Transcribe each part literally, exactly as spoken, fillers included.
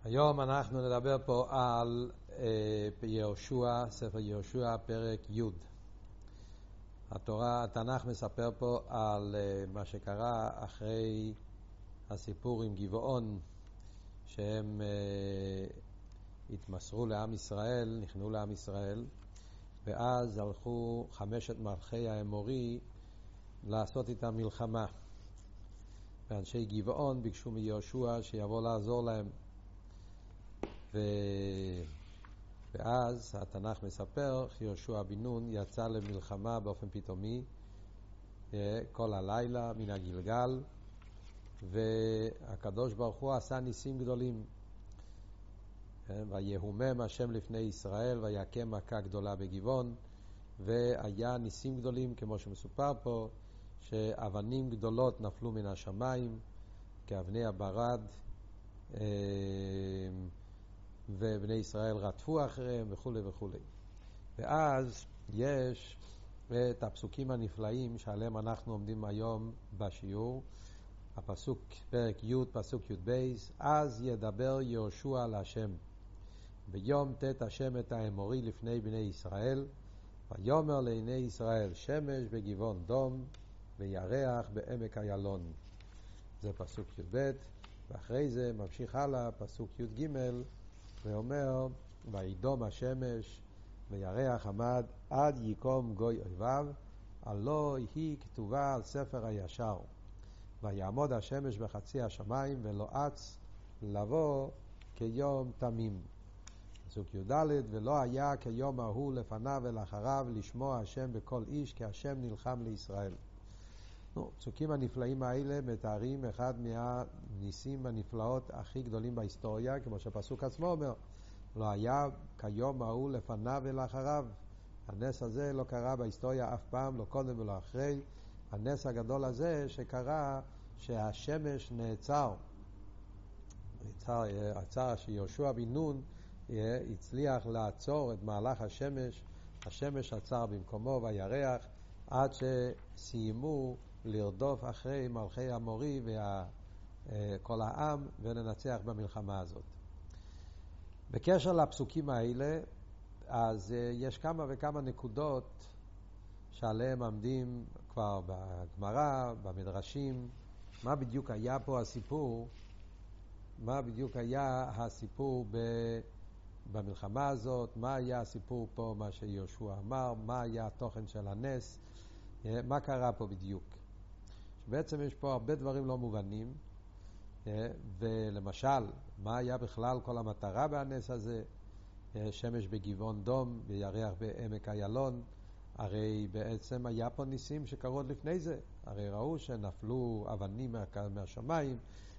היום אנחנו נדבר פה על אה, יהושע, ספר יהושע, פרק י'. התורה, התנ"ך מספר פה על אה, מה שקרה אחרי הסיפור עם גבעון, שהם אה, התמסרו לעם ישראל, נכנעו לעם ישראל, ואז הלכו חמשת מלכי האמורי לעשות איתם מלחמה. ואנשי גבעון ביקשו מיהושע שיבוא לעזור להם. ו... ואז התנ"ך מספר יהושע בן נון יצא למלחמה באופן פתאומי כל הלילה מן הגלגל, והקדוש ברוך הוא עשה ניסים גדולים. ויהומם השם לפני ישראל ויקם מכה גדולה בגבעון, והיה ניסים גדולים כמו שמסופר פה, שאבנים גדולות נפלו מן השמיים כאבני הברד, ובני ישראל רדפו אחריהם וכו' וכו'. ואז יש את הפסוקים הנפלאים שעליהם אנחנו עומדים היום בשיעור. הפסוק פרק י' פסוק י' בייס: אז ידבר יהושע להשם ביום תת השם את האמורי לפני בני ישראל, ויאמר לעיני ישראל שמש בגבעון דום וירח בעמק איילון. זה פסוק י' ב'. ואחרי זה ממשיך הלאה פסוק י' ג' ואומר: וידום השמש וירח עמד עד יקום גוי אויביו, הלא היא כתובה על ספר הישר. ויעמוד השמש בחצי השמיים ולא אץ לבוא כיום תמים. פסוק י' ד': ולא היה כיום ההוא לפניו ולאחריו לשמוע השם בכל איש, כי השם נלחם לישראל. הפסוקים הנפלאים האלה מתארים אחד מהניסים הנפלאות הכי גדולים בהיסטוריה, כמו שהפסוק עצמו אומר: לא היה כיום ההוא לפניו ולאחריו. הנס הזה לא קרה בהיסטוריה אף פעם, לא קודם ולא אחרי. הנס הגדול הזה שקרה שהשמש נעצר. נעצר, עצר שיהושע בן נון הצליח לעצור את מהלך השמש. השמש עצר במקומו והירח, עד שסיימו לרדוף אחרי מלכי האמורי וכל העם וננצח במלחמה הזאת. בקשר לפסוקים האלה, אז יש כמה וכמה נקודות שעליהם עמדים כבר בגמרא, במדרשים. מה בדיוק היה פה הסיפור? מה בדיוק היה הסיפור ב... במלחמה הזאת? מה היה הסיפור פה, מה שיהושע אמר? מה היה התוכן של הנס? מה קרה פה בדיוק? שבעצם יש פה הרבה דברים לא מובנים, ולמשל, מה היה בכלל כל המטרה בנס הזה? שמש בגבעון דום וירח בעמק איילון. הרי בעצם היה פה ניסים שקרו לפני זה. הרי ראו שנפלו אבנים מהשמיים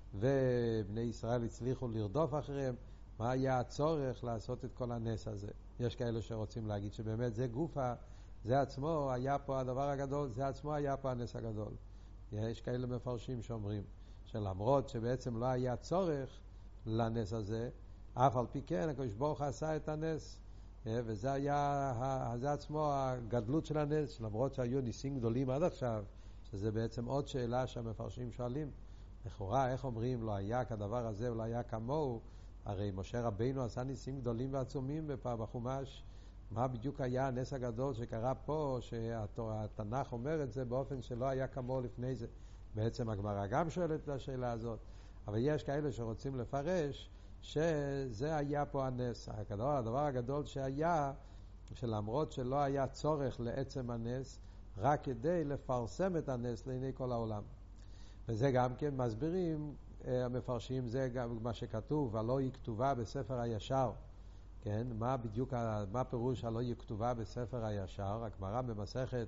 ובני ישראל הצליחו לרדוף אחריהם. מה היה הצורך לעשות את כל הנס הזה? יש כאלה שרוצים להגיד שבאמת זה גופה, זה עצמו היה פה הדבר הגדול, זה עצמו היה פה הנס הגדול. יש כאלה מפרשים שאומרים שלמרות שבעצם לא היה צורך לנס הזה, אף על פי כן הקדוש ברוך הוא עשה את הנס, וזה היה, זה עצמו הגדלות של הנס, למרות שהיו ניסים גדולים עד עכשיו, שזה בעצם עוד שאלה שהמפרשים שואלים. לכאורה, איך אומרים לא היה כדבר הזה ולא היה כמוהו? הרי משה רבינו עשה ניסים גדולים ועצומים בחומש. מה בדיוק היה הנס הגדול שקרה פה, שהתנ"ך אומר את זה באופן שלא היה כמוהו לפני זה? בעצם הגמרא גם שואלת את השאלה הזאת, אבל יש כאלה שרוצים לפרש שזה היה פה הנס הגדול. הדבר הגדול שהיה, שלמרות שלא היה צורך לעצם הנס, רק כדי לפרסם את הנס לעיני כל העולם. וזה גם כן מסבירים המפרשים, זה גם מה שכתוב, הלא היא כתובה בספר הישר. כן, מה בדיוק, מה פירוש הלא היא כתובה בספר הישר? הגמרא במסכת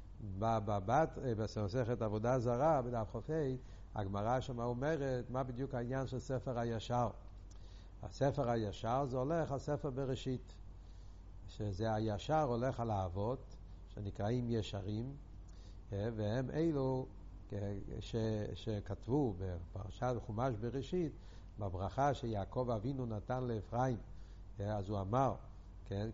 בבת, במסכת עבודה זרה בדף חופי, הגמרא שמה אומרת מה בדיוק העניין של ספר הישר. הספר הישר זה הולך על ספר בראשית, שזה הישר הולך על האבות שנקראים ישרים, והם אלו ש, שכתבו בפרשת חומש בראשית בברכה שיעקב אבינו נתן לאפרים. אז הוא אמר, כן,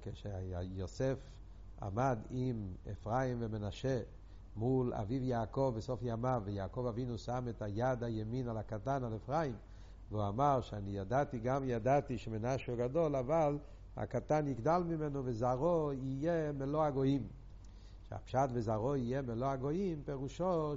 כשיוסף עמד עם אפרים ומנשה מול אביו יעקב בסוף ימיו, ויעקב אבינו שם את היד הימין על הקטן על אפרים, והוא אמר שאני ידעתי, גם ידעתי שמנשה הוא גדול, אבל הקטן יגדל ממנו וזרעו יהיה מלוא הגויים. שהפשט וזרעו יהיה מלוא הגויים פירושו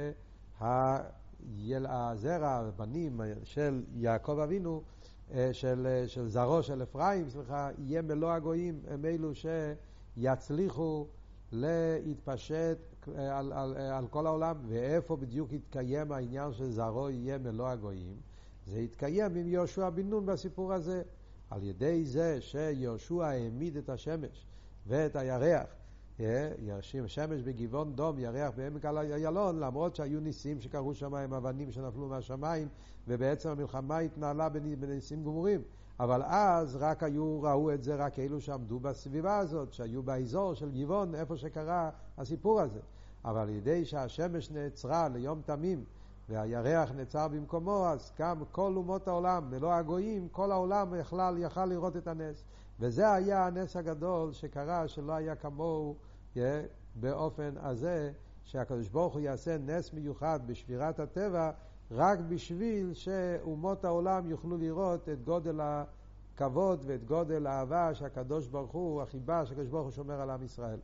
שהזרע, הבנים של יעקב אבינו, של, של זרעו של אפרים, סליחה, יהיה מלוא הגויים, הם אלו שיצליחו להתפשט על, על, על כל העולם. ואיפה בדיוק יתקיים העניין של זרעו יהיה מלוא הגויים? זה יתקיים עם יהושע בן נון בסיפור הזה, על ידי זה שיהושע העמיד את השמש ואת הירח, ירשים שמש בגבעון דום, ירח בעמק איילון, למרות שהיו ניסים שקרו שם עם אבנים שנפלו מהשמיים, ובעצם המלחמה התנהלה בניסים גמורים. אבל אז רק היו, ראו את זה רק אלו שעמדו בסביבה הזאת, שהיו באזור של גבעון, איפה שקרה הסיפור הזה. אבל על ידי שהשמש נעצרה ליום תמים, והירח נעצר במקומו, אז קם כל אומות העולם, מלוא הגויים, כל העולם יכל, יכל לראות את הנס. וזה היה הנס הגדול שקרה, שלא היה כמוהו yeah, באופן הזה, שהקדוש ברוך הוא יעשה נס מיוחד בשבירת הטבע, רק בשביל שאומות העולם יוכלו לראות את גודל הכבוד ואת גודל האהבה שהקדוש ברוך הוא, החיבה שהקדוש ברוך הוא שומר על עם ישראל.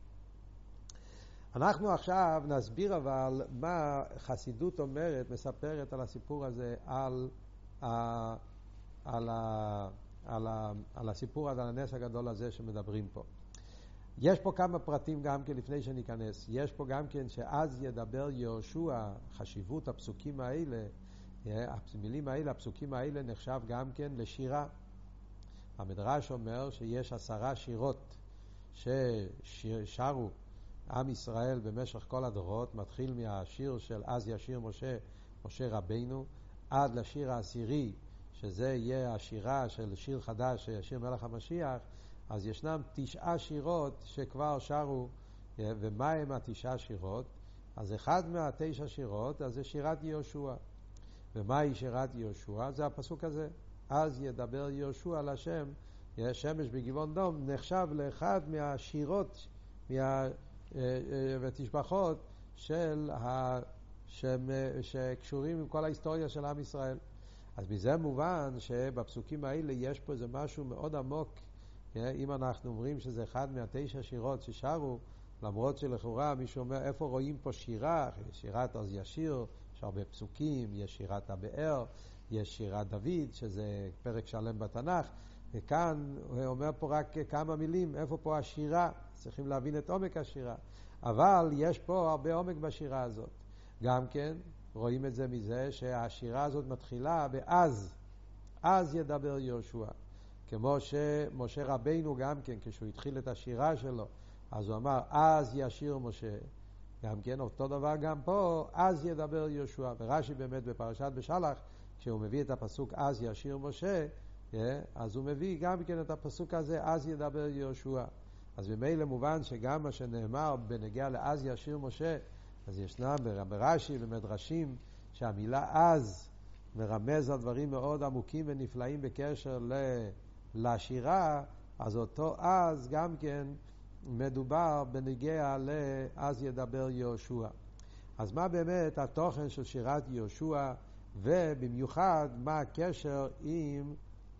אנחנו עכשיו נסביר אבל מה חסידות אומרת, מספרת על הסיפור הזה, על, ה, על, ה, על, ה, על הסיפור הזה, על הנס הגדול הזה שמדברים פה. יש פה כמה פרטים גם כן לפני שניכנס. יש פה גם כן שאז ידבר יהושע, חשיבות הפסוקים האלה, המילים האלה, הפסוקים האלה נחשב גם כן לשירה. המדרש אומר שיש עשרה שירות ששרו עם ישראל במשך כל הדורות, מתחיל מהשיר של אז ישיר משה, משה רבינו, עד לשיר העשירי, שזה יהיה השירה של שיר חדש, שיר מלך המשיח. אז ישנם תשעה שירות שכבר שרו, ומה הם התשעה שירות? אז אחד מהתשע שירות, אז זה שירת יהושע. ומהי שירת יהושע? זה הפסוק הזה. אז ידבר יהושע על השם, שמש בגבעון דום, נחשב לאחד מהשירות, מה... ותשבחות של ה... שקשורים עם כל ההיסטוריה של עם ישראל. אז מזה מובן שבפסוקים האלה יש פה איזה משהו מאוד עמוק. אם אנחנו אומרים שזה אחד מהתשע שירות ששרו, למרות שלכאורה מישהו אומר איפה רואים פה שירה, שירת אז ישיר, יש הרבה פסוקים, יש שירת הבאר, יש שירת דוד, שזה פרק שלם בתנ"ך, וכאן הוא אומר פה רק כמה מילים, איפה פה השירה, צריכים להבין את עומק השירה. אבל יש פה הרבה עומק בשירה הזאת. גם כן רואים את זה מזה שהשירה הזאת מתחילה באז, אז ידבר יהושע. כמו שמשה רבינו גם כן, כשהוא התחיל את השירה שלו, אז הוא אמר, אז ישיר משה. גם כן, אותו דבר גם פה, אז ידבר יהושע. ורש"י באמת בפרשת בשלח, כשהוא מביא את הפסוק, אז ישיר משה, אז הוא מביא גם כן את הפסוק הזה, אז ידבר יהושע. אז במילא מובן שגם מה שנאמר בנגיע לאז ישיר משה, אז ישנם ברש"י ומדרשים, שהמילה אז מרמז על דברים מאוד עמוקים ונפלאים בקשר ל... לשירה, אז אותו אז גם כן מדובר בנגיע לאז ידבר יהושע. אז מה באמת התוכן של שירת יהושע, ובמיוחד מה הקשר עם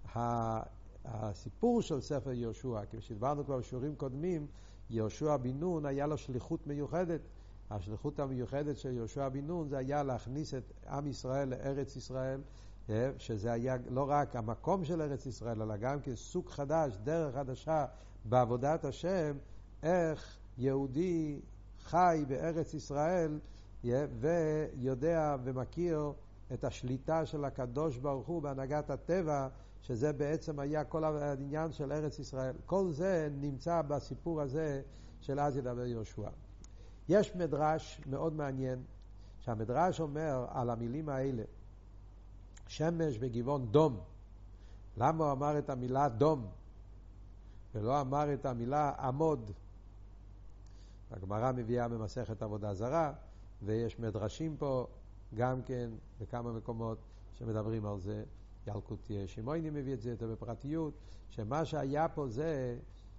הסיפור של ספר יהושע? כי כשדברנו כבר בשיעורים קודמים, יהושע בן נון היה לו שליחות מיוחדת. השליחות המיוחדת של יהושע בן נון זה היה להכניס את עם ישראל לארץ ישראל, שזה היה לא רק המקום של ארץ ישראל, אלא גם כסוג חדש, דרך חדשה בעבודת השם, איך יהודי חי בארץ ישראל ויודע ומכיר את השליטה של הקדוש ברוך הוא בהנהגת הטבע, שזה בעצם היה כל העניין של ארץ ישראל. כל זה נמצא בסיפור הזה של אז ידבר יהושע. יש מדרש מאוד מעניין, שהמדרש אומר על המילים האלה, שמש בגבעון דום. למה הוא אמר את המילה דום ולא אמר את המילה עמוד? הגמרא מביאה במסכת עבודה זרה, ויש מדרשים פה גם כן בכמה מקומות שמדברים על זה. ילקוט שמעוני מביא את זה יותר בפרטיות, שמה שהיה פה זה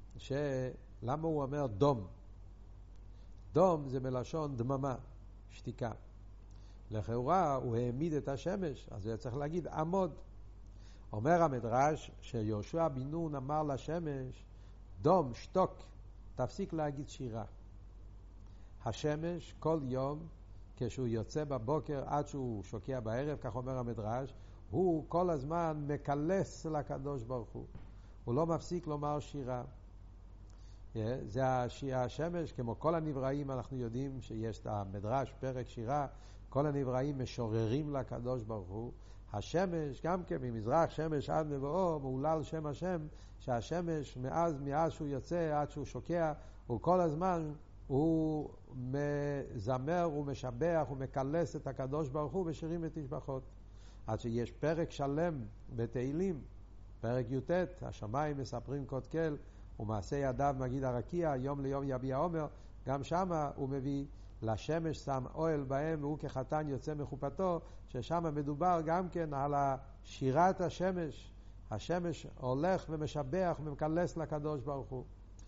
שלמה הוא אומר דום? דום זה מלשון דממה, שתיקה. לכאורה הוא העמיד את השמש, אז הוא צריך להגיד עמוד. אומר המדרש שיהושע בן נון אמר לשמש, דום, שתוק, תפסיק להגיד שירה. השמש כל יום כשהוא יוצא בבוקר עד שהוא שוקע בערב, כך אומר המדרש, הוא כל הזמן מקלס לקדוש ברוך הוא. הוא לא מפסיק לומר שירה. זה השמש, כמו כל הנבראים, אנחנו יודעים שיש את המדרש, פרק שירה, כל הנבראים משוררים לקדוש ברוך הוא. השמש, גם כן, ממזרח שמש עד מבואו, מעולל שם השם, שהשמש מאז, מאז שהוא יוצא עד שהוא שוקע, הוא כל הזמן, הוא מזמר, הוא משבח, הוא מקלס את הקדוש ברוך הוא בשירים ותשבחות. עד שיש פרק שלם בתהילים, פרק י"ט, השמיים מספרים קוד כל, ומעשה ידיו מגיד הרקיע, יום ליום יביע עומר, גם שמה הוא מביא לשמש שם אוהל בהם, והוא כחתן יוצא מחופתו, ששם מדובר גם כן על שירת השמש. השמש הולך ומשבח ומקלס לקדוש ברוך הוא.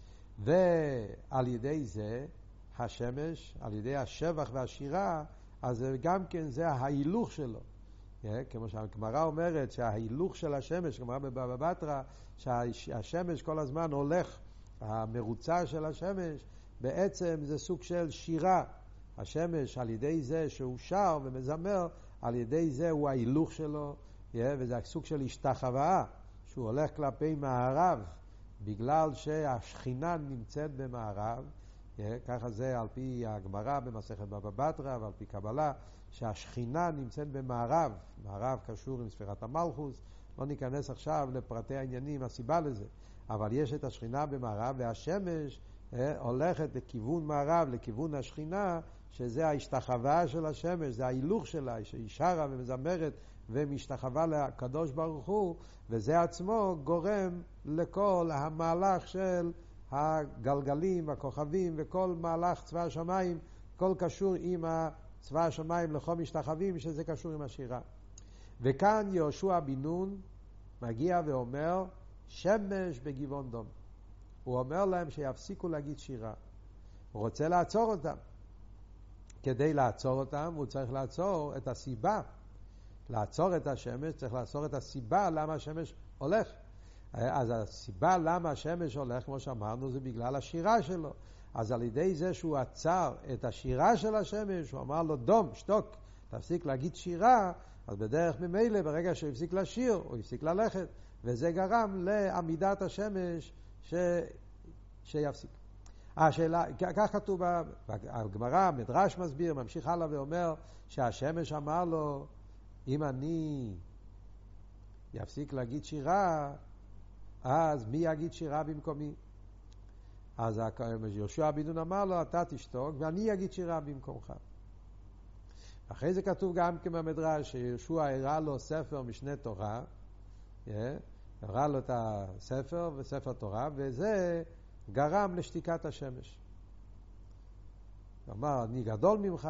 ועל ידי זה, השמש, על ידי השבח והשירה, אז גם כן זה ההילוך שלו. כמו שהגמרא אומרת שההילוך של השמש, כמו בבבא בתרא, שהשמש כל הזמן הולך, המרוצה של השמש, בעצם זה סוג של שירה. השמש על ידי זה שהוא שר ומזמר, על ידי זה הוא ההילוך שלו, וזה סוג של השתחוואה, שהוא הולך כלפי מערב, בגלל שהשכינה נמצאת במערב, ככה זה על פי הגמרא במסכת בבא בתרא ועל פי קבלה, שהשכינה נמצאת במערב, מערב קשור עם ספירת המלכוס, לא ניכנס עכשיו לפרטי העניינים, הסיבה לזה, אבל יש את השכינה במערב, והשמש אה, הולכת לכיוון מערב, לכיוון השכינה, שזה ההשתחווה של השמש, זה ההילוך שלה, שהיא שרה ומזמרת ומשתחווה לקדוש ברוך הוא, וזה עצמו גורם לכל המהלך של הגלגלים, הכוכבים, וכל מהלך צבא השמיים, כל קשור עם צבא השמיים לכל משתחווים, שזה קשור עם השירה. וכאן יהושע בן נון מגיע ואומר, שמש בגבעון דום. הוא אומר להם שיפסיקו להגיד שירה. הוא רוצה לעצור אותם. כדי לעצור אותם, הוא צריך לעצור את הסיבה. לעצור את השמש, צריך לעצור את הסיבה למה השמש הולך. אז הסיבה למה השמש הולך, כמו שאמרנו, זה בגלל השירה שלו. אז על ידי זה שהוא עצר את השירה של השמש, הוא אמר לו, דום, שתוק, תפסיק להגיד שירה, אז בדרך ממילא, ברגע שהוא הפסיק לשיר, הוא הפסיק ללכת, וזה גרם לעמידת השמש ש... שיפסיק. השאלה, כך כתוב בגמרא, המדרש מסביר, ממשיך הלאה ואומר, שהשמש אמר לו, אם אני יפסיק להגיד שירה, אז מי יגיד שירה במקומי? אז יהושע בן נון אמר לו, אתה תשתוק ואני אגיד שירה במקומך. אחרי זה כתוב גם כמדרש שיהושע הראה לו ספר משנה תורה, הראה לו את הספר וספר תורה, וזה גרם לשתיקת השמש. הוא אמר, אני גדול ממך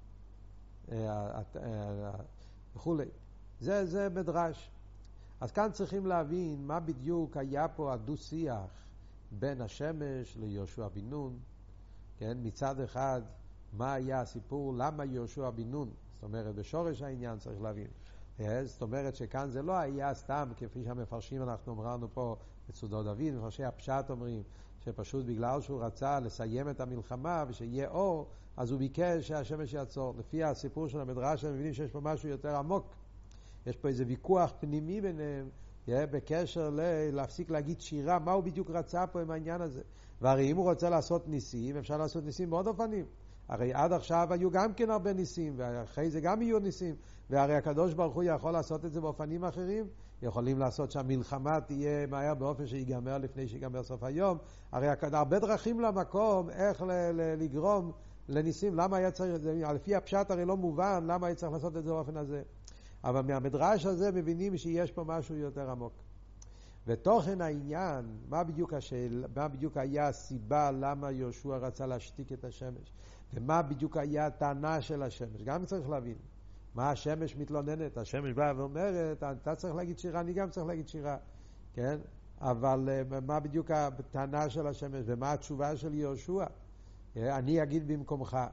וכו'. זה, זה מדרש. אז כאן צריכים להבין מה בדיוק היה פה הדו-שיח בין השמש ליהושע בן נון. כן? מצד אחד, מה היה הסיפור, למה יהושע בן נון? זאת אומרת, בשורש העניין צריך להבין. זאת אומרת שכאן זה לא היה סתם, כפי שהמפרשים אנחנו אמרנו פה, בסעודות דוד, מפרשי הפשט אומרים, שפשוט בגלל שהוא רצה לסיים את המלחמה ושיהיה אור, אז הוא ביקש שהשמש יעצור. לפי הסיפור של המדרש, הם מבינים שיש פה משהו יותר עמוק. יש פה איזה ויכוח פנימי ביניהם, בקשר ל- להפסיק להגיד שירה, מה הוא בדיוק רצה פה עם העניין הזה. והרי אם הוא רוצה לעשות ניסים, אפשר לעשות ניסים בעוד אופנים. הרי עד עכשיו היו גם כן הרבה ניסים, ואחרי זה גם יהיו ניסים, והרי הקדוש ברוך הוא יכול לעשות את זה באופנים אחרים, יכולים לעשות שהמלחמה תהיה מהר באופן שיגמר לפני שיגמר סוף היום, הרי הרבה דרכים למקום איך ל- ל- לגרום לניסים, למה היה צריך, לפי הפשט הרי לא מובן, למה היה צריך לעשות את זה באופן הזה. אבל מהמדרש הזה מבינים שיש פה משהו יותר עמוק. ותוכן העניין, מה בדיוק השאל, מה בדיוק היה הסיבה למה יהושע רצה להשתיק את השמש, ומה בדיוק היה הטענה של השמש, גם צריך להבין. מה השמש מתלוננת? השמש באה ואומרת, אתה צריך להגיד שירה, אני גם צריך להגיד שירה, כן? אבל מה בדיוק הטענה של השמש, ומה התשובה של יהושע? אני אגיד במקומך.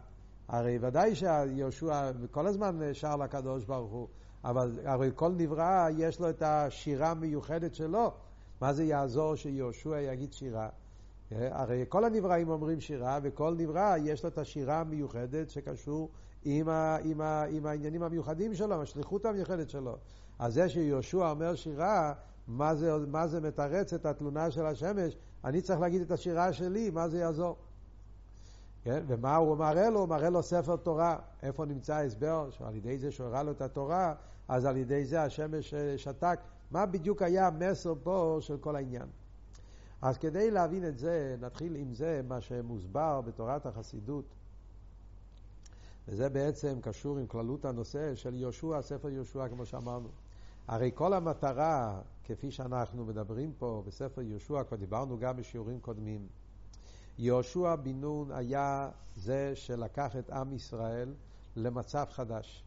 הרי ודאי שיהושע כל הזמן שר לקדוש ברוך הוא, אבל הרי כל נברא יש לו את השירה המיוחדת שלו. מה זה יעזור שיהושע יגיד שירה? הרי כל הנבראים אומרים שירה, וכל נברא יש לו את השירה המיוחדת שקשור עם, ה, עם, ה, עם העניינים המיוחדים שלו, עם השליחות המיוחדת שלו. אז זה שיהושע אומר שירה, מה זה, מה זה מתרץ את התלונה של השמש? אני צריך להגיד את השירה שלי, מה זה יעזור? כן? ומה הוא מראה לו? הוא מראה לו ספר תורה. איפה נמצא ההסבר? שעל ידי זה שהוא הראה לו את התורה, אז על ידי זה השמש שתק. מה בדיוק היה המסר פה של כל העניין? אז כדי להבין את זה, נתחיל עם זה מה שמוסבר בתורת החסידות. וזה בעצם קשור עם כללות הנושא של יהושע, ספר יהושע, כמו שאמרנו. הרי כל המטרה, כפי שאנחנו מדברים פה בספר יהושע, כבר דיברנו גם בשיעורים קודמים, יהושע בן נון היה זה שלקח את עם ישראל למצב חדש.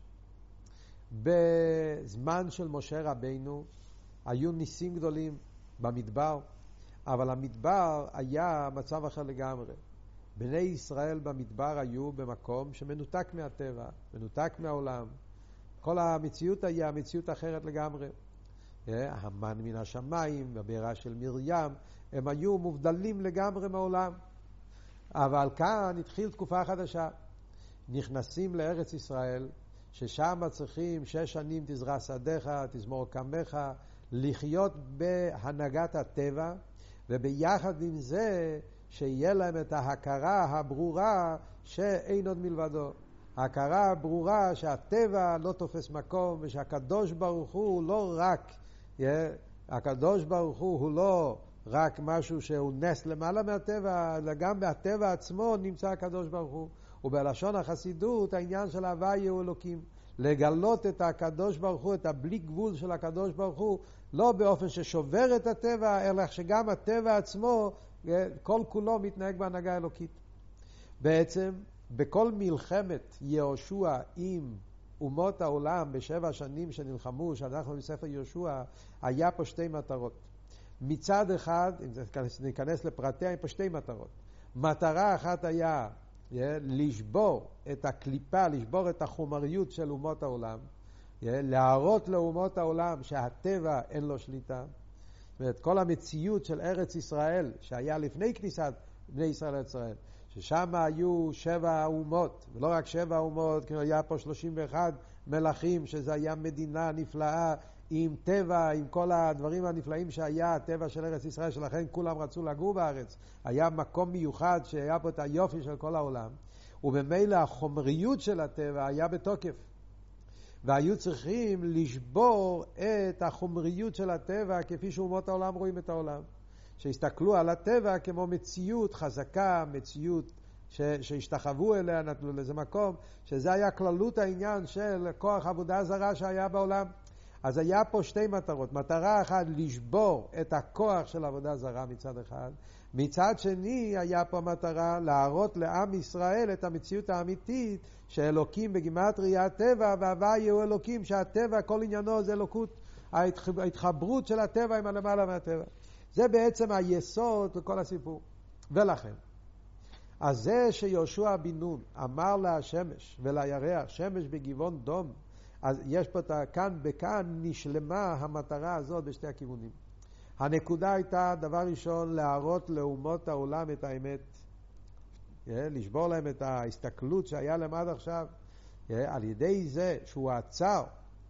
בזמן של משה רבינו היו ניסים גדולים במדבר, אבל המדבר היה מצב אחר לגמרי. בני ישראל במדבר היו במקום שמנותק מהטבע, מנותק מהעולם. כל המציאות היה מציאות אחרת לגמרי. המן מן השמיים והבעירה של מרים, הם היו מובדלים לגמרי מהעולם. אבל כאן התחיל תקופה חדשה. נכנסים לארץ ישראל, ששם צריכים שש שנים תזרע שדיך, תזמור קמך, לחיות בהנהגת הטבע, וביחד עם זה שיהיה להם את ההכרה הברורה שאין עוד מלבדו. ההכרה הברורה שהטבע לא תופס מקום, ושהקדוש ברוך הוא לא רק, הקדוש ברוך הוא הוא לא רק משהו שהוא נס למעלה מהטבע, אלא גם בהטבע עצמו נמצא הקדוש ברוך הוא. ובלשון החסידות העניין של הוויה הוא אלוקים. לגלות את הקדוש ברוך הוא, את הבלי גבול של הקדוש ברוך הוא, לא באופן ששובר את הטבע, אלא שגם הטבע עצמו, כל כולו מתנהג בהנהגה אלוקית. בעצם, בכל מלחמת יהושע עם אומות העולם בשבע שנים שנלחמו, שאנחנו בספר יהושע, היה פה שתי מטרות. מצד אחד, אם ניכנס לפרטיה, היה פה שתי מטרות. מטרה אחת היה לשבור את הקליפה, לשבור את החומריות של אומות העולם, להראות לאומות העולם שהטבע אין לו שליטה. ואת כל המציאות של ארץ ישראל שהיה לפני כניסת בני ישראל לישראל, ששם היו שבע אומות, ולא רק שבע אומות, כי היה פה שלושים ואחד מלכים, שזה היה מדינה נפלאה עם טבע, עם כל הדברים הנפלאים שהיה הטבע של ארץ ישראל, שלכן כולם רצו לגור בארץ. היה מקום מיוחד שהיה פה את היופי של כל העולם, ובמילא החומריות של הטבע היה בתוקף. והיו צריכים לשבור את החומריות של הטבע כפי שאומות העולם רואים את העולם. שהסתכלו על הטבע כמו מציאות חזקה, מציאות ש- שהשתחוו אליה, נתנו לזה מקום, שזה היה כללות העניין של כוח עבודה זרה שהיה בעולם. אז היה פה שתי מטרות. מטרה אחת, לשבור את הכוח של עבודה זרה מצד אחד. מצד שני, היה פה מטרה להראות לעם ישראל את המציאות האמיתית, שאלוקים בגימטריה הטבע, והוויה הוא אלוקים, שהטבע, כל עניינו זה אלוקות, ההתחברות של הטבע עם הלמעלה מהטבע. זה בעצם היסוד לכל הסיפור. ולכן, אז זה שיהושע בן נון אמר להשמש ולירח, שמש בגבעון דום, אז יש פה כאן בכאן נשלמה המטרה הזאת בשתי הכיוונים. הנקודה הייתה דבר ראשון להראות לאומות העולם את האמת, לשבור להם את ההסתכלות שהיה להם עד עכשיו, על ידי זה שהוא עצר,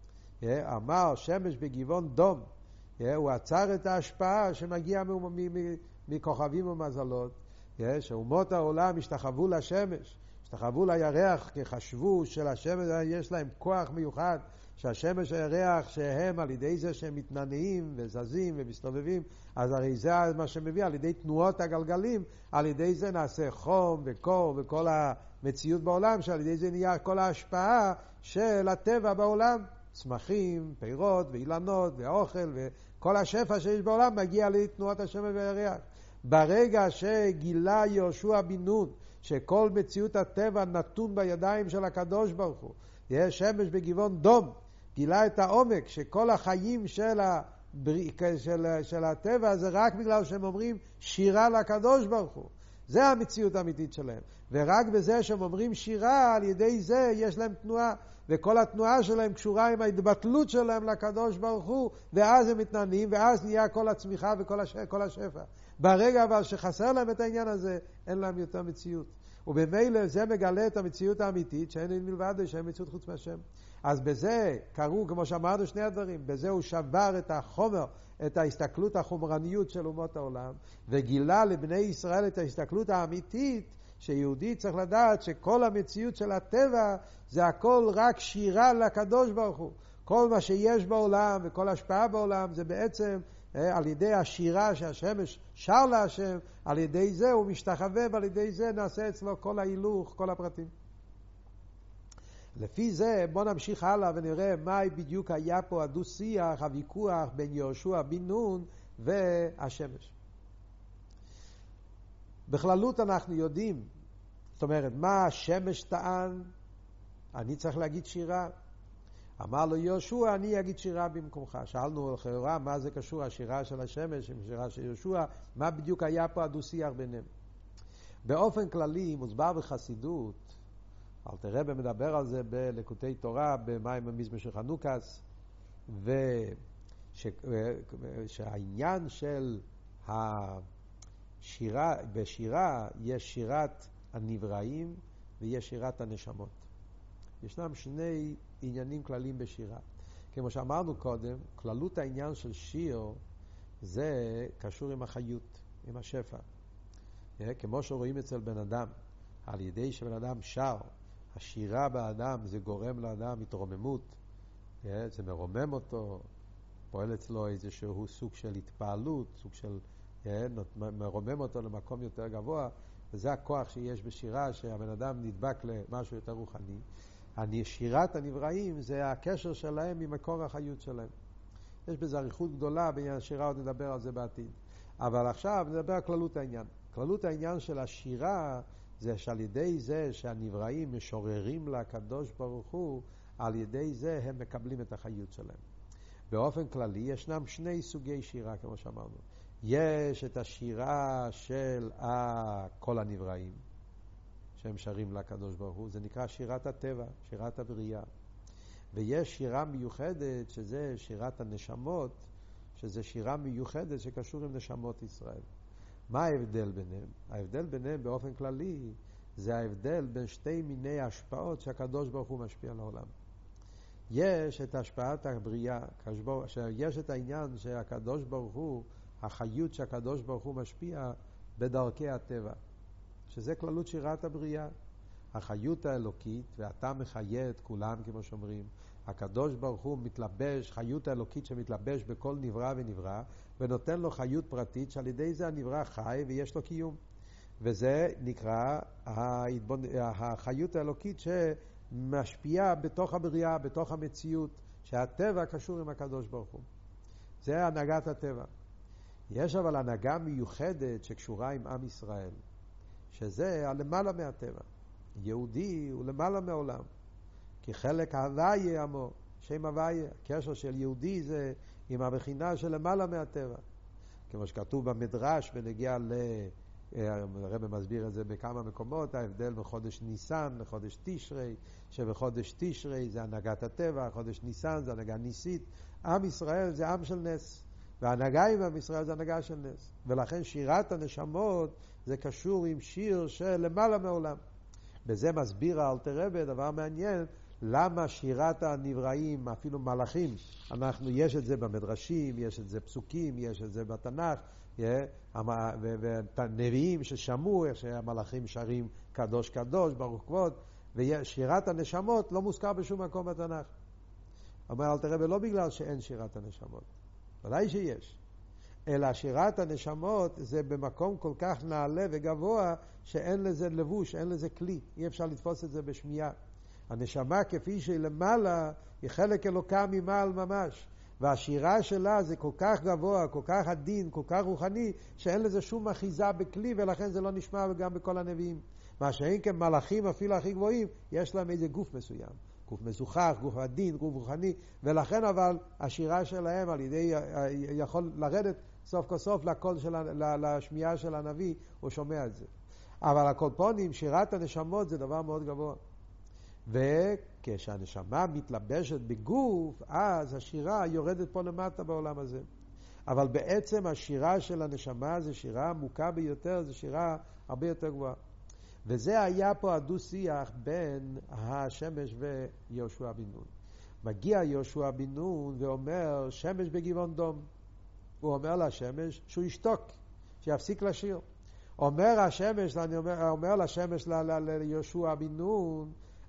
אמר שמש בגבעון דום, הוא עצר את ההשפעה שמגיעה מכוכבים ומזלות, שאומות העולם השתחוו לשמש, השתחוו לירח, כי חשבו שלשמש יש להם כוח מיוחד, שהשמש הירח שהם על ידי זה שהם מתננעים וזזים ומסתובבים, אז הרי זה מה שמביא על ידי תנועות הגלגלים, על ידי זה נעשה חום וקור וכל המציאות בעולם, שעל ידי זה נהיה כל ההשפעה של הטבע בעולם, צמחים, פירות ואילנות והאוכל וכל השפע שיש בעולם מגיע לתנועות השמש והירח. ברגע שגילה יהושע בן נון שכל מציאות הטבע נתון בידיים של הקדוש ברוך הוא, יש שמש בגבעון דום, גילה את העומק שכל החיים של, הבר... של, של הטבע זה רק בגלל שהם אומרים שירה לקדוש ברוך הוא. זה המציאות האמיתית שלהם. ורק בזה שהם אומרים שירה, על ידי זה יש להם תנועה, וכל התנועה שלהם קשורה עם ההתבטלות שלהם לקדוש ברוך הוא, ואז הם מתנענים, ואז נהיה כל הצמיחה וכל הש... כל השפע. ברגע אבל שחסר להם את העניין הזה, אין להם יותר מציאות. ובמילא זה מגלה את המציאות האמיתית, שאין אין מלבד, שאין מציאות חוץ מהשם. אז בזה קראו, כמו שאמרנו, שני הדברים. בזה הוא שבר את החומר, את ההסתכלות החומרניות של אומות העולם, וגילה לבני ישראל את ההסתכלות האמיתית, שיהודי צריך לדעת שכל המציאות של הטבע זה הכל רק שירה לקדוש ברוך הוא. כל מה שיש בעולם וכל השפעה בעולם זה בעצם אה, על ידי השירה שהשמש שר להשם, על ידי זה הוא משתחווה ועל ידי זה נעשה אצלו כל ההילוך, כל הפרטים. לפי זה בוא נמשיך הלאה ונראה מה בדיוק היה פה הדו-שיח, הוויכוח בין יהושע בן נון והשמש. בכללות אנחנו יודעים, זאת אומרת, מה השמש טען? אני צריך להגיד שירה. אמר לו יהושע, אני אגיד שירה במקומך. שאלנו לכאורה מה זה קשור, השירה של השמש עם השירה של יהושע, מה בדיוק היה פה הדו-שיח ביניהם. באופן כללי מוסבר בחסידות, אלתר רבי מדבר על זה בליקוטי תורה, במים המזמור של חנוכס, ושהעניין של השירה, בשירה יש שירת הנבראים ויש שירת הנשמות. ישנם שני עניינים כלליים בשירה. כמו שאמרנו קודם, כללות העניין של שיר זה קשור עם החיות, עם השפע. כמו שרואים אצל בן אדם, על ידי שבן אדם שר, השירה באדם זה גורם לאדם התרוממות, זה מרומם אותו, פועל אצלו איזשהו סוג של התפעלות, סוג של מרומם אותו למקום יותר גבוה, וזה הכוח שיש בשירה, שהבן אדם נדבק למשהו יותר רוחני. שירת הנבראים זה הקשר שלהם עם מקור החיות שלהם. יש בזה אריכות גדולה בעניין השירה, עוד נדבר על זה בעתיד. אבל עכשיו נדבר על כללות העניין. כללות העניין של השירה זה שעל ידי זה שהנבראים משוררים לקדוש ברוך הוא, על ידי זה הם מקבלים את החיות שלהם. באופן כללי ישנם שני סוגי שירה, כמו שאמרנו. יש את השירה של כל הנבראים, שהם שרים לקדוש ברוך הוא, זה נקרא שירת הטבע, שירת הבריאה. ויש שירה מיוחדת, שזה שירת הנשמות, שזה שירה מיוחדת שקשור עם נשמות ישראל. מה ההבדל ביניהם? ההבדל ביניהם באופן כללי זה ההבדל בין שתי מיני השפעות שהקדוש ברוך הוא משפיע על העולם. יש את השפעת הבריאה, יש את העניין שהקדוש ברוך הוא, החיות שהקדוש ברוך הוא משפיע בדרכי הטבע, שזה כללות שירת הבריאה. החיות האלוקית, ואתה מחיה את כולם כמו שאומרים, הקדוש ברוך הוא מתלבש, חיות האלוקית שמתלבש בכל נברא ונברא, ונותן לו חיות פרטית שעל ידי זה הנברא חי ויש לו קיום. וזה נקרא החיות האלוקית שמשפיעה בתוך הבריאה, בתוך המציאות, שהטבע קשור עם הקדוש ברוך הוא. זה הנהגת הטבע. יש אבל הנהגה מיוחדת שקשורה עם עם ישראל, שזה הלמעלה מהטבע. יהודי הוא למעלה מעולם, כי חלק הוויה עמו, שם הוויה, הקשר של יהודי זה עם הבחינה של למעלה מהטבע. כמו שכתוב במדרש בנגיע ל... הרב מסביר את זה בכמה מקומות, ההבדל בחודש ניסן לחודש תשרי, שבחודש תשרי זה הנהגת הטבע, חודש ניסן זה הנהגה ניסית. עם ישראל זה עם של נס, וההנהגה עם עם ישראל זה הנהגה של נס. ולכן שירת הנשמות זה קשור עם שיר של למעלה מעולם. בזה מסביר האלתר רבי דבר מעניין, למה שירת הנבראים, אפילו מלאכים, אנחנו, יש את זה במדרשים, יש את זה פסוקים, יש את זה בתנ"ך, ונביאים ששמעו איך שהמלאכים שרים קדוש קדוש ברוך כבוד, ושירת הנשמות לא מוזכר בשום מקום בתנ"ך. אומר אלתר רבי, לא בגלל שאין שירת הנשמות, ודאי שיש, אלא שירת הנשמות זה במקום כל כך נעלה וגבוה שאין לזה לבוש, אין לזה כלי, אי אפשר לתפוס את זה בשמיעה. הנשמה כפי שהיא למעלה היא חלק אלוקה ממעל ממש, והשירה שלה זה כל כך גבוה, כל כך עדין, כל כך רוחני, שאין לזה שום אחיזה בכלי, ולכן זה לא נשמע גם בכל הנביאים. מה שאין כמלאכים אפילו הכי גבוהים, יש להם איזה גוף מסוים, גוף מזוכח, גוף עדין, גוף רוחני, ולכן אבל השירה שלהם על ידי יכול לרדת סוף כל סוף לקול של, לשמיעה של הנביא, הוא שומע את זה. אבל הקולפונים, שירת הנשמות זה דבר מאוד גבוה. וכשהנשמה מתלבשת בגוף, אז השירה יורדת פה למטה בעולם הזה. אבל בעצם השירה של הנשמה זה שירה עמוקה ביותר, זה שירה הרבה יותר גבוהה. וזה היה פה הדו-שיח בין השמש ויהושע בן נון. מגיע יהושע בן נון ואומר, שמש בגבעון דום. הוא אומר לשמש שהוא ישתוק, שיפסיק לשיר. אומר השמש, אני אומר, אומר לשמש ליהושע בן נון,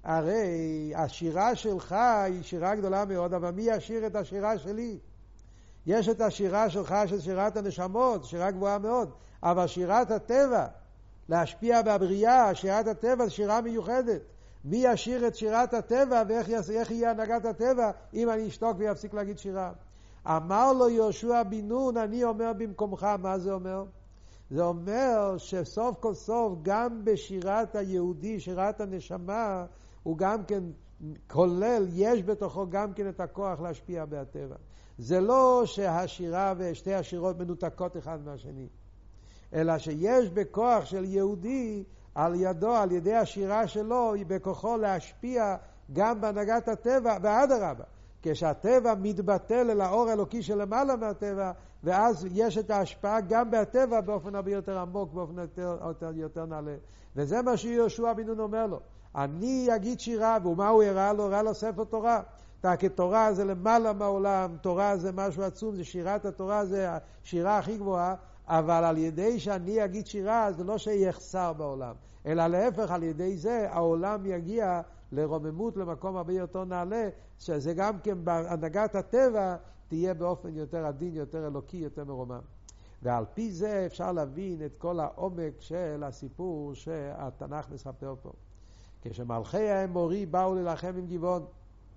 הרי השירה שלך היא שירה גדולה מאוד, אבל מי ישיר את השירה שלי? יש את השירה שלך של שירת הנשמות, שירה גבוהה מאוד, אבל שירת הטבע, להשפיע בבריאה, שירת הטבע זה שירה מיוחדת. מי ישיר את שירת הטבע ואיך איך יהיה הנהגת הטבע אם אני אשתוק ויפסיק להגיד שירה? אמר לו יהושע בן נון, אני אומר במקומך. מה זה אומר? זה אומר שסוף כל סוף גם בשירת היהודי, שירת הנשמה, הוא גם כן כולל, יש בתוכו גם כן את הכוח להשפיע בהטבע. זה לא שהשירה ושתי השירות מנותקות אחד מהשני, אלא שיש בכוח של יהודי על ידו, על ידי השירה שלו, היא בכוחו להשפיע גם בהנהגת הטבע, ואדרבה, כשהטבע מתבטל אל האור האלוקי שלמעלה מהטבע, ואז יש את ההשפעה גם בהטבע באופן הרבה יותר עמוק, באופן יותר, יותר, יותר נעלה. וזה מה שיהושע בן נון אומר לו. אני אגיד שירה, ומה הוא הראה לו? הראה לו ספר תורה. כי תורה זה למעלה מהעולם, תורה זה משהו עצום, זה שירת התורה, זה השירה הכי גבוהה, אבל על ידי שאני אגיד שירה, זה לא שיחסר בעולם, אלא להפך, על ידי זה העולם יגיע לרוממות, למקום הרבה יותר נעלה, שזה גם כן בהנהגת הטבע תהיה באופן יותר עדין, יותר אלוקי, יותר מרומם. ועל פי זה אפשר להבין את כל העומק של הסיפור שהתנ"ך מספר פה. כשמלכי האמורי באו ללחם עם גבעון,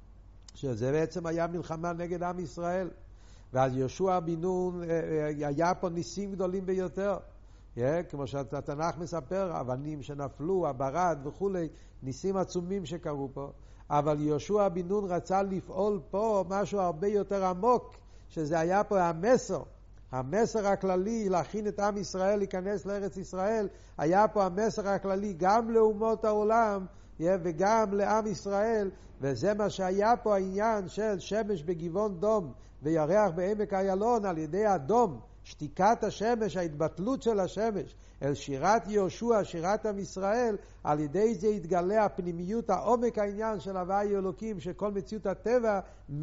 שזה בעצם היה מלחמה נגד עם ישראל, ואז יהושע בן נון היה פה ניסים גדולים ביותר, כמו שהתנ"ך מספר, אבנים שנפלו, הברד וכו', ניסים עצומים שקרו פה. אבל יהושע בן נון רצה לפעול פה משהו הרבה יותר עמוק, שזה היה פה המסר, המסר הכללי להכין את עם ישראל להיכנס לארץ ישראל. היה פה המסר הכללי גם לאומות העולם וגם לעם ישראל, וזה מה שהיה פה העניין של שמש בגבעון דום וירח בעמק איילון. על ידי הדום, שתיקת השמש, ההתבטלות של השמש אל שירת יהושע, שירת עם ישראל, על ידי זה התגלה הפנימיות, העומק העניין של הוואי אלוקים, שכל מציאות הטבע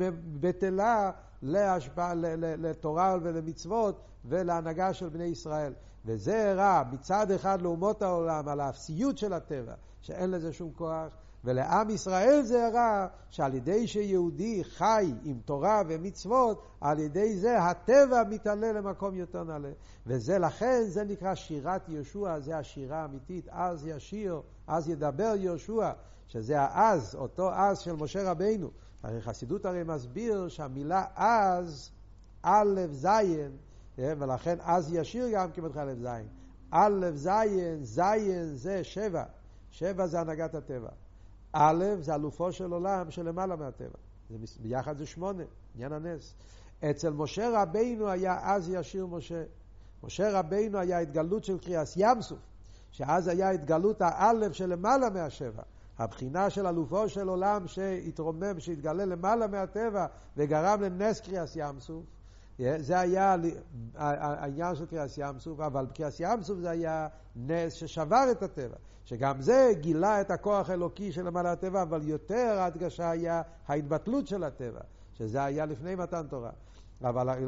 בטלה להשפעה, לתורה ולמצוות ולהנהגה של בני ישראל. וזה הראה מצד אחד לאומות העולם על האפסיות של הטבע, שאין לזה שום כוח, ולעם ישראל זה הראה שעל ידי שיהודי חי עם תורה ומצוות, על ידי זה הטבע מתעלה למקום יותר נעלה. וזה לכן זה נקרא שירת יהושע, זה השירה האמיתית. אז ישיר, אז ידבר יהושע, שזה האז, אותו אז של משה רבינו. הרי חסידות הרי מסביר שהמילה אז, א' זין, ולכן אז ישיר גם כמתחיל א' זין. א' זין, זין זה שבע, שבע זה הנהגת הטבע. א' זה אלופו של עולם שלמעלה מהטבע, זה, ביחד זה שמונה, עניין הנס. אצל משה רבינו היה אז ישיר משה. משה רבינו היה התגלות של קריאת ים סוף, שאז היה התגלות האלף שלמעלה מהשבע, הבחינה של אלופו של עולם שהתרומם, שהתגלה למעלה מהטבע וגרם לנס קריאת ים סוף. זה היה העניין של קריאת ים סוף, אבל קריאת ים סוף זה היה נס ששבר את הטבע, שגם זה גילה את הכוח האלוקי של למעלה הטבע, אבל יותר ההדגשה היה ההתבטלות של הטבע, שזה היה לפני מתן תורה, אבל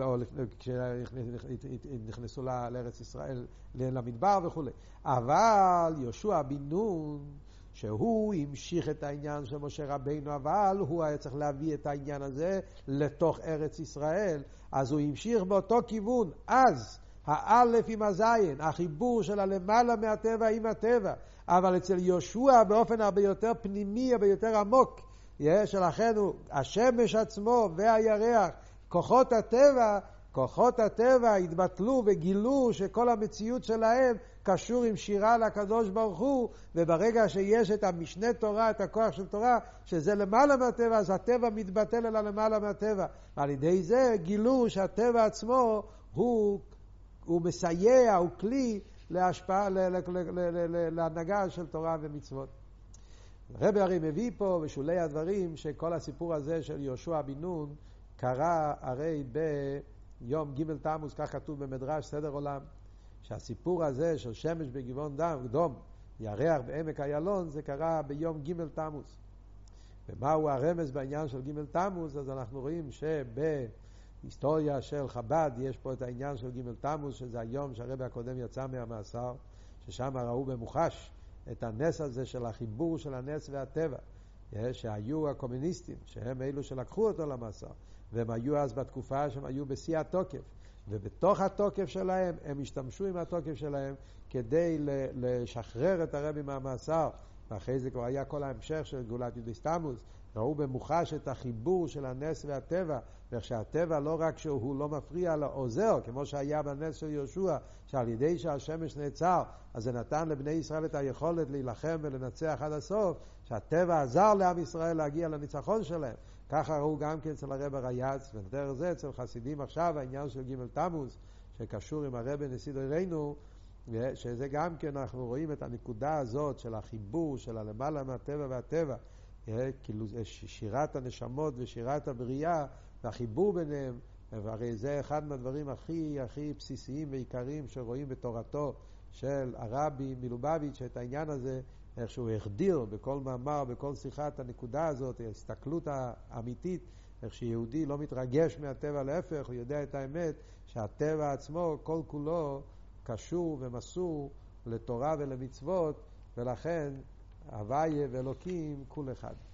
כשנכנסו לארץ ישראל, למדבר וכו'. אבל יהושע בן נון, שהוא המשיך את העניין של משה רבינו, אבל הוא היה צריך להביא את העניין הזה לתוך ארץ ישראל, אז הוא המשיך באותו כיוון. אז האלף עם הזין, החיבור של הלמעלה מהטבע עם הטבע, אבל אצל יהושע באופן הרבה יותר פנימי, הרבה יותר עמוק, שלכן הוא השמש עצמו והירח, כוחות הטבע, כוחות הטבע התבטלו וגילו שכל המציאות שלהם קשור עם שירה לקדוש ברוך הוא, וברגע שיש את המשנה תורה, את הכוח של תורה, שזה למעלה מהטבע, אז הטבע מתבטל אל למעלה מהטבע. ועל ידי זה גילו שהטבע עצמו הוא, הוא מסייע, הוא כלי להשפעה, להנהגה של תורה ומצוות. הרב הרי מביא פה בשולי הדברים שכל הסיפור הזה של יהושע בן נון קרה הרי ביום ג' תמוז, כך כתוב במדרש סדר עולם, שהסיפור הזה של שמש בגבעון דום, ירח בעמק איילון, זה קרה ביום ג' תמוז. ומהו הרמז בעניין של ג' תמוז? אז אנחנו רואים שבהיסטוריה של חב"ד יש פה את העניין של ג' תמוז, שזה היום שהרבי הקודם יצא מהמאסר, ששם ראו במוחש את הנס הזה של החיבור של הנס והטבע, שהיו הקומוניסטים, שהם אלו שלקחו אותו למאסר, והם היו אז בתקופה שהם היו בשיא התוקף, ובתוך התוקף שלהם הם השתמשו עם התוקף שלהם כדי לשחרר את הרבי מהמאסר. ואחרי זה כבר היה כל ההמשך של גאולת י"ד תמוז, ראו במוחש את החיבור של הנס והטבע, ואיך שהטבע לא רק שהוא לא מפריע, אלא עוזר, כמו שהיה בנס של יהושע, שעל ידי שהשמש נעצר, אז זה נתן לבני ישראל את היכולת להילחם ולנצח עד הסוף, שהטבע עזר לעם ישראל להגיע לניצחון שלהם. ככה ראו גם כן אצל הרב הרייץ, ונתר זה אצל חסידים עכשיו, העניין של ג' תמוז, שקשור עם הרב נשיא דורנו, שזה גם כן אנחנו רואים את הנקודה הזאת של החיבור של הלמעלה מהטבע והטבע, כאילו שירת הנשמות ושירת הבריאה והחיבור ביניהם, והרי זה אחד מהדברים הכי הכי בסיסיים ועיקריים שרואים בתורתו של הרבי מלובביץ', את העניין הזה איך שהוא החדיר בכל מאמר, בכל שיחה את הנקודה הזאת, ההסתכלות האמיתית, איך שיהודי לא מתרגש מהטבע, להפך, הוא יודע את האמת שהטבע עצמו כל כולו קשור ומסור לתורה ולמצוות, ולכן הוויה ואלוקים כול אחד.